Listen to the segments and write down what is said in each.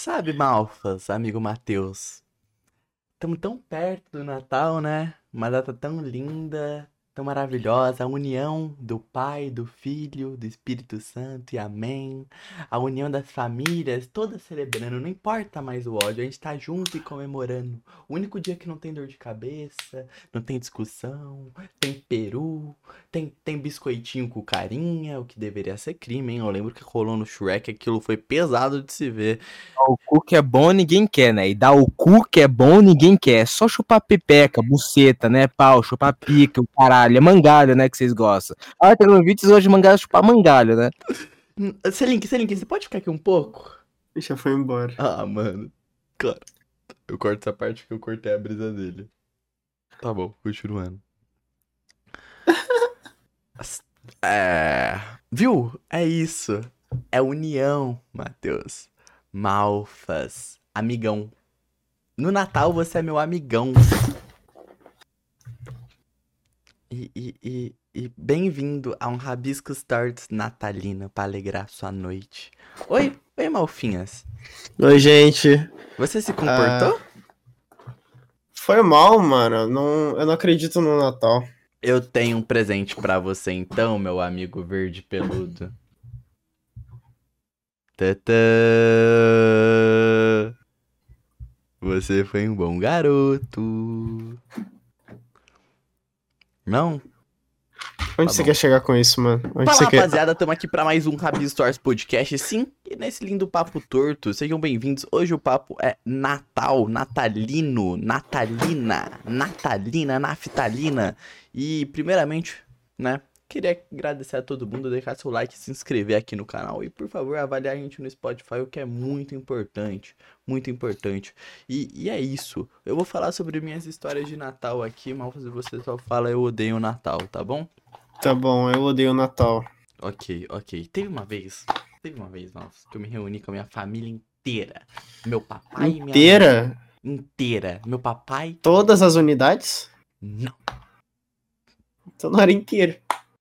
Sabe, Malfas, amigo Matheus, estamos tão perto do Natal, né? Uma data tão linda, tão maravilhosa, a união do Pai, do Filho, do Espírito Santo e Amém. A união das famílias, todas celebrando, não importa mais o ódio, a gente tá junto e comemorando. O único dia que não tem dor de cabeça, não tem discussão, tem peru, tem biscoitinho com carinha, o que deveria ser crime, hein? Eu lembro que rolou no Shrek, aquilo foi pesado de se ver. O cu que é bom, ninguém quer, né? E dar o cu que é bom, ninguém quer. É só chupar pepeca, buceta, né? Pau, chupar pica, o caralho. É mangalho, né? Que vocês gostam. Ah, tem convites hoje de mangalho chupar mangalho, né? Selink, você pode ficar aqui um pouco? Já foi embora. Ah, mano. Claro. Eu corto essa parte que eu cortei a brisa dele. Tá bom, continuando. Viu? É isso. É união, Matheus. Malfas. Amigão. No Natal você é meu amigão. E bem-vindo a um Rabiscos Tortos natalino pra alegrar sua noite. Oi, Malfinhas. Oi, gente. Você se comportou? Foi mal, mano. Eu não acredito no Natal. Eu tenho um presente pra você então, meu amigo verde peludo. Tadã! Você foi um bom garoto. Não? Onde você quer chegar com isso, mano? Onde Fala, você quer... rapaziada, estamos aqui para mais um Rabiscos Tortos Podcast, sim, e nesse lindo papo torto, sejam bem-vindos. Hoje o papo é Natal, natalino, natalina, naftalina. E primeiramente, né, queria agradecer a todo mundo, deixar seu like, se inscrever aqui no canal e, por favor, avaliar a gente no Spotify, o que é muito importante, muito importante. E é isso, eu vou falar sobre minhas histórias de Natal aqui, mas você só fala eu odeio o Natal, tá bom? Tá bom, eu odeio o Natal. Ok. Teve uma vez, nossa, que eu me reuni com a minha família inteira. Meu papai e minha mãe. Inteira? Inteira. Meu papai, Todas as unidades? não. Então não era inteiro.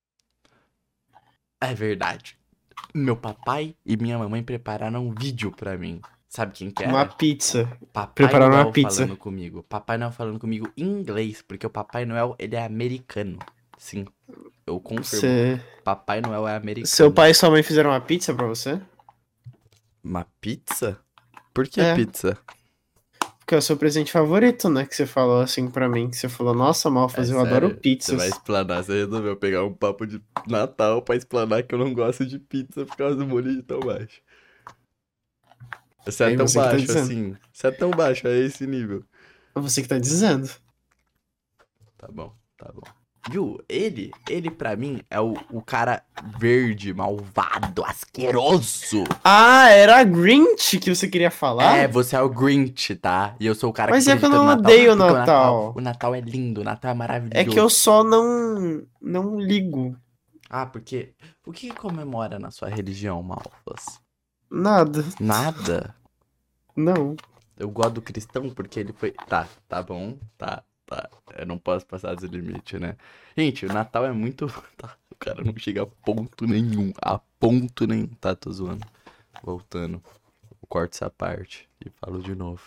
É verdade. Meu papai e minha mamãe prepararam um vídeo pra mim. Sabe quem que era? Uma pizza. Papai prepararam Noel uma pizza. falando comigo. Papai Noel falando comigo em inglês, porque o Papai Noel, ele é americano. Sim, eu confirmo. Você... Papai Noel é americano. Seu pai e sua mãe fizeram uma pizza pra você? Uma pizza? Por que É. pizza? Porque é o seu presente favorito, né? Que você falou assim pra mim. Que você falou, nossa, Malfas, eu adoro Você pizzas. vai explanar, você resolveu pegar um papo de Natal pra explanar que eu não gosto de pizza por causa do molho de tomate. Você é Aí tão você que tá baixo dizendo. assim. Você é tão baixo, é esse nível. É você que tá dizendo. Tá bom. Viu? Ele pra mim é o cara verde, malvado, asqueroso. Ah, era a Grinch que você queria falar? É, você é o Grinch, tá? E eu sou o cara Mas que é que eu acredita não no Natal, odeio o porque Natal. O Natal é lindo, o Natal é maravilhoso. É que eu só não ligo. Ah, porque... O que comemora na sua religião, Malfas? Nada. Nada? Não. Eu gosto do cristão porque ele foi... Tá bom, tá. Eu não posso passar dos limites, né? Gente, o Natal é muito... Tá, o cara não chega a ponto nenhum. Tá, tô zoando. Voltando. Eu corto essa parte e falo de novo.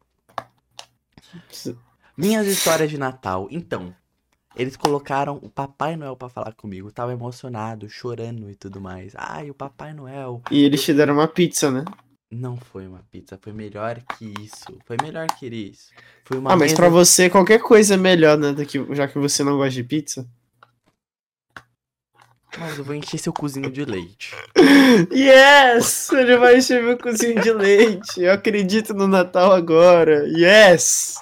Minhas histórias de Natal. Então, eles colocaram o Papai Noel pra falar comigo. Tava emocionado, chorando e tudo mais. Ai, o Papai Noel. E eles te deram uma pizza, né? Não foi uma pizza, foi melhor que isso. Foi melhor que isso. Foi uma Mas mesa... pra você qualquer coisa é melhor, né? Já que você não gosta de pizza. Mas eu vou encher seu cozinho de leite. Yes! Ele vai encher meu cozinho de leite. Eu acredito no Natal agora. Yes!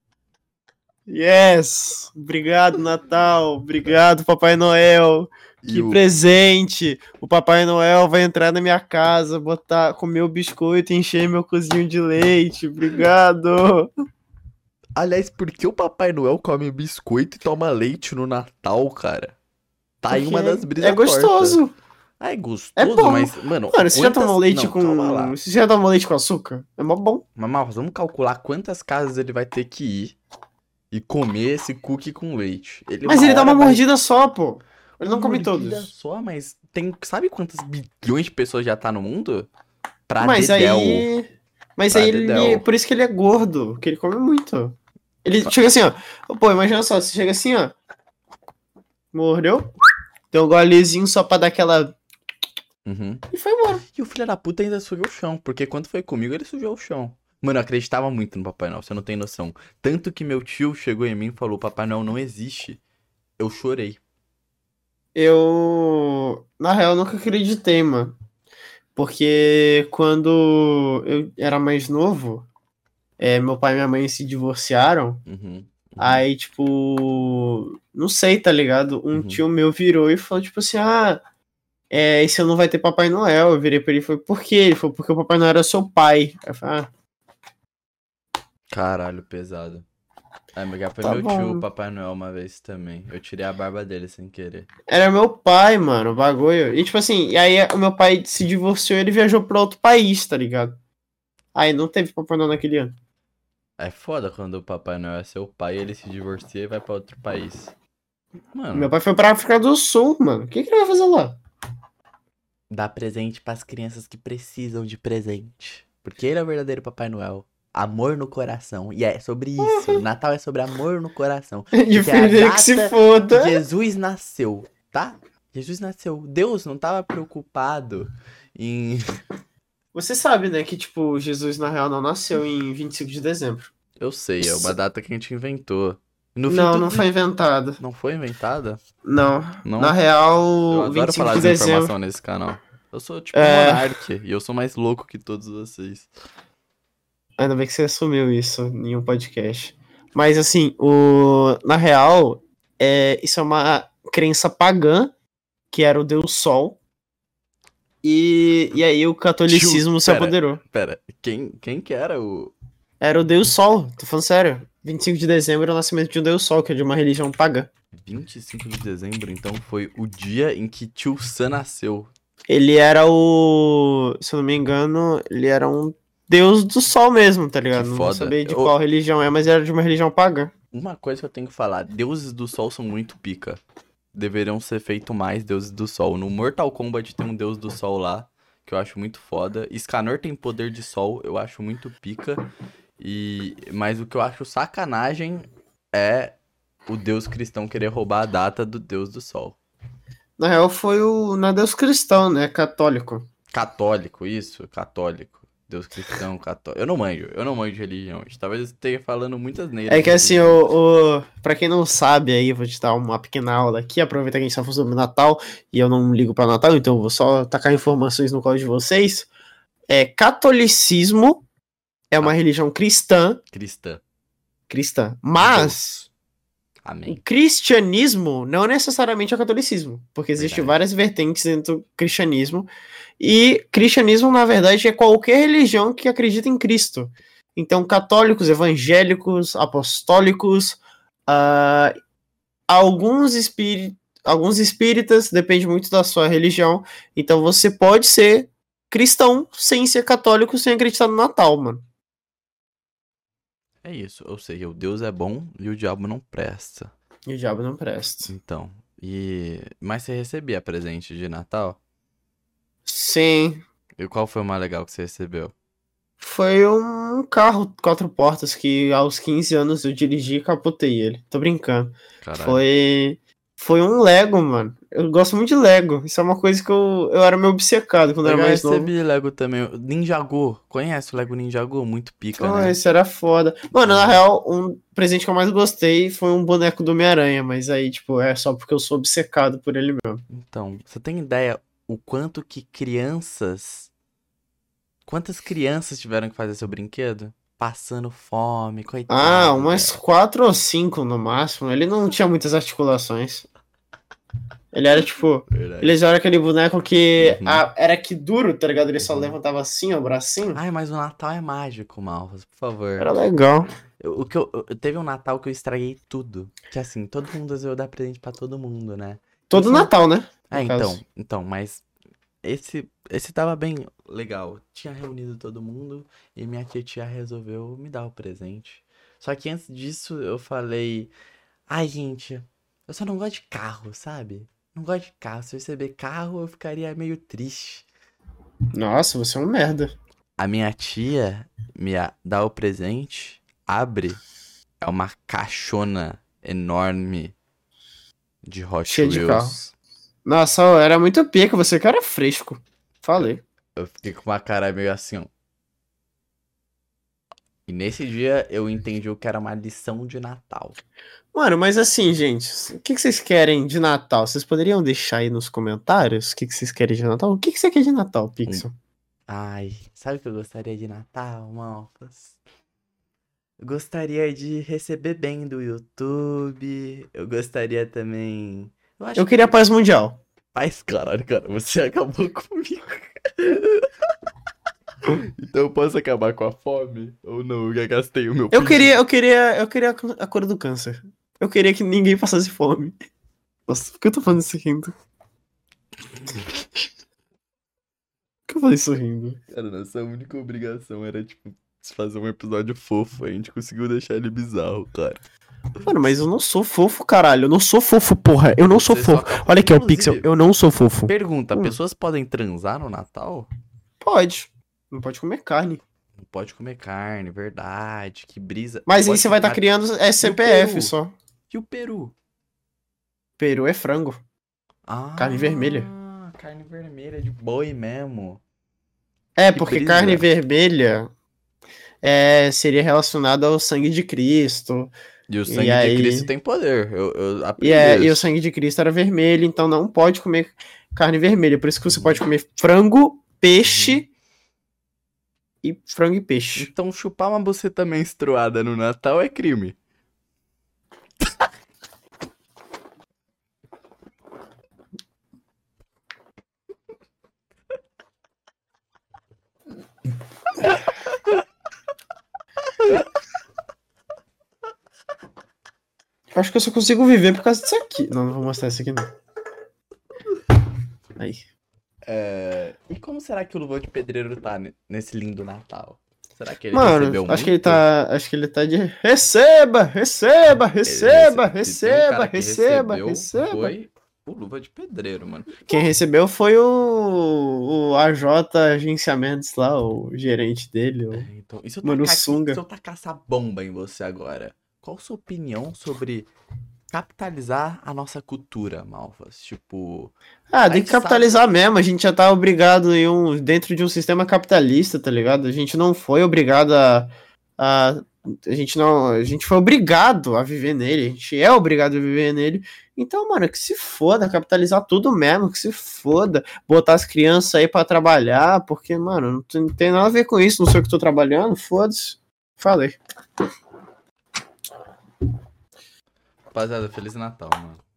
Yes! Obrigado, Natal. Obrigado, Papai Noel. Que presente! O Papai Noel vai entrar na minha casa, comer o biscoito e encher meu cozinho de leite. Obrigado! Aliás, por que o Papai Noel come biscoito e toma leite no Natal, cara? Tá aí Porque uma das brisas é gostoso. tortas. Ah, é gostoso, É bom. mas, mano... Mano, você já tomou leite Não, calma lá. Você já tomou leite com açúcar? É mó bom. Mas vamos calcular quantas casas ele vai ter que ir e comer esse cookie com leite. Mas ele dá uma mordida só, pô. Ele não come mordida todos. só, mas tem... Sabe quantas bilhões de pessoas já tá no mundo? Pra Mas Dedéu. Mas Pra aí dedéu. por isso que ele é gordo, porque ele come muito. Ele chega assim, ó. Pô, imagina só, você chega assim, ó. Mordeu, deu um golezinho só pra dar aquela. Uhum. E foi embora. E o filho da puta ainda sujou o chão, porque quando foi comigo ele sujou o chão. Mano, eu acreditava muito no Papai Noel, você não tem noção. Tanto que meu tio chegou em mim e falou: Papai Noel não existe. Eu chorei. Eu. Na real, nunca acreditei, mano. Porque quando eu era mais novo, meu pai e minha mãe se divorciaram. Uhum. Uhum. Aí, tipo. Não sei, tá ligado? Um Uhum. tio meu virou e falou, tipo assim, esse ano não vai ter Papai Noel. Eu virei pra ele e falei, por quê? Ele falou, porque o Papai Noel era seu pai. Aí eu falei, Caralho, pesado. Ah, mas foi tá meu tio, bom. Papai Noel, uma vez também. Eu tirei a barba dele sem querer. Era meu pai, mano, o bagulho. E tipo assim, e aí o meu pai se divorciou e ele viajou pra outro país, tá ligado? Aí não teve Papai Noel naquele ano. É foda quando o Papai Noel é seu pai, ele se divorcia e vai pra outro país. Meu Mano, pai foi pra África do Sul, mano. O que ele vai fazer lá? dá presente pras crianças que precisam de presente. Porque ele é o verdadeiro Papai Noel. Amor no coração. E é sobre isso. Natal é sobre amor no coração. E o Porque é a filho dele que se data que foda. Jesus nasceu, tá? Jesus nasceu. Deus não tava preocupado em. Você sabe, né, que, tipo, Jesus, na real, não nasceu em 25 de dezembro. Eu sei, é uma data que a gente inventou. No fim, Não, tudo não foi inventado. não foi inventada? Não. Na Não? Eu real, adoro 25 falar de dezembro. desinformação nesse canal. Eu sou tipo um É. monarque e eu sou mais louco que todos vocês. Ainda bem que você assumiu isso em um podcast. Mas, assim, na real, isso é uma crença pagã, que era o Deus Sol. E aí o Tio, catolicismo se apoderou. pera. Quem que era o. Era o Deus Sol, tô falando sério. 25 de dezembro é o nascimento de um Deus Sol, que é de uma religião pagã. 25 de dezembro, então foi o dia em que Tio Sam nasceu. Ele era se eu não me engano, ele era um Deus do Sol mesmo, tá Que ligado? Não vou foda. saber de qual religião é, mas era de uma religião pagã. Uma coisa que eu tenho que falar: deuses do sol são muito pica. Deveriam ser feito mais deuses do sol. No Mortal Kombat tem um deus do sol lá, que eu acho muito foda. Escanor tem poder de sol, eu acho muito pica. Mas o que eu acho sacanagem é o deus cristão querer roubar a data do deus do sol. Na real, foi não é Deus cristão, né? Católico. Católico, isso, católico. Deus cristão, católico. Eu não manjo de religião. Talvez eu esteja falando muitas neiras. É que assim, pra quem não sabe aí, eu vou te dar uma pequena aula aqui, aproveita que a gente tá falando sobre Natal, e eu não ligo pra Natal, então eu vou só tacar informações no colo de vocês. Catolicismo é uma religião cristã, Cristã. mas o Amém. cristianismo não necessariamente é o catolicismo, porque existem Verdade. várias vertentes dentro do cristianismo, e cristianismo, na verdade, é qualquer religião que acredita em Cristo. Então, católicos, evangélicos, apostólicos, alguns espíritas, depende muito da sua religião, então você pode ser cristão sem ser católico, sem acreditar no Natal, mano. É isso. Ou seja, o Deus é bom e o diabo não presta. E o diabo não presta. Então. Mas você recebia presente de Natal? Sim. E qual foi o mais legal que você recebeu? Foi um carro 4 portas que aos 15 anos eu dirigi e capotei ele. Tô brincando. Caralho. Foi um Lego, mano. Eu gosto muito de Lego. Isso é uma coisa que eu era meio obcecado quando eu Eu era já mais novo. recebi Lego também. Ninjago. Conhece o Lego Ninjago? Muito pica, Oh, né? esse era foda. Mano, na real, um presente que eu mais gostei foi um boneco do Homem-Aranha, mas aí, tipo, é só porque eu sou obcecado por ele mesmo. Então, você tem ideia o quanto que Quantas crianças tiveram que fazer seu brinquedo? Passando fome, coitado. Umas 4 ou 5 no máximo. Ele não tinha muitas articulações. Ele era tipo. Verdade. Eles eram aquele boneco que Uhum. era que duro, tá ligado? Ele só Uhum. levantava assim, ó, o bracinho. Ai, mas o Natal é mágico, Malvas, por favor. Era legal. Teve um Natal que eu estraguei tudo. Que assim, todo mundo resolveu dar presente pra todo mundo, né? Todo Enfim. Natal, né? É, No caso. então, mas esse tava bem legal. Tinha reunido todo mundo e minha tia resolveu me dar o presente. Só que antes disso eu falei: ai, gente, eu só não gosto de carro, sabe? Não gosto de carro. Se eu receber carro, eu ficaria meio triste. Nossa, você é um merda. A minha tia dá o presente, abre, é uma caixona enorme de Hot Cheio de carro. Wheels. Nossa, era muito pica, você que era fresco. Falei. Eu fiquei com uma cara meio assim, ó. E nesse dia eu entendi o que era uma lição de Natal. Mano, mas assim, gente, o que vocês querem de Natal? Vocês poderiam deixar aí nos comentários o que vocês querem de Natal? O que você quer de Natal, Pixel? Ai, sabe o que eu gostaria de Natal, Malfas? Eu gostaria de receber bem do YouTube. Eu gostaria também. Eu queria paz mundial. Paz, caralho, cara, você acabou comigo. Então eu posso acabar com a fome? Ou não? Eu já gastei o meu Eu pedido. queria a cura do câncer. Eu queria que ninguém passasse fome. Nossa, por que eu tô falando isso rindo? Por que eu falei isso rindo? Cara, nossa única obrigação era, tipo, fazer um episódio fofo. A gente conseguiu deixar ele bizarro, cara. Mano, mas eu não sou fofo, caralho. Eu não sou fofo, porra. Eu não sou Você só fofo. tá- Olha aqui, ó, Inclusive, Pixel. Eu não sou fofo. Pergunta, pessoas podem transar no Natal? Pode. Não pode comer carne. Não pode comer carne, verdade. Que brisa. Mas aí Pode você vai estar ficar- criando Peru? CPF só. E o peru? Peru é frango. Ah, Carne vermelha. Carne vermelha de boi mesmo. É, Que porque brisa. carne vermelha seria relacionada ao sangue de Cristo. E o sangue aí- de Cristo tem poder. Eu aprendi E o isso. sangue de Cristo era vermelho, então não pode comer carne vermelha. Por isso que você pode comer frango, peixe e frango e peixe. Então chupar uma buceta menstruada no Natal é crime. Eu acho que eu só consigo viver por causa disso aqui. Não, não vou mostrar isso aqui não. Aí. E como será que o Luvão de Pedreiro tá nesse lindo Natal? Será que ele Mano, recebeu acho que ele muito? tá. Acho que ele tá de. Receba! Receba! Receba! Se tem um Receba! cara que Receba! recebeu, Receba! foi o Luva de Pedreiro, mano. Quem recebeu foi o AJ Agenciamentos lá, o gerente dele. Então, e se eu Mano, tacar sunga. se eu tacar essa bomba em você agora? Qual sua opinião sobre capitalizar a nossa cultura, Malvas? Tipo, Ah, A tem gente que capitalizar mesmo. A gente já tá obrigado dentro de um sistema capitalista, tá ligado? A gente não foi obrigado a gente foi obrigado a viver nele. A gente é obrigado a viver nele. Então, mano, que se foda, capitalizar tudo mesmo, que se foda. Botar as crianças aí pra trabalhar, porque, mano, não tem nada a ver com isso. Não sei o que tô trabalhando, foda-se. Falei. rapaziada, Feliz Natal, mano.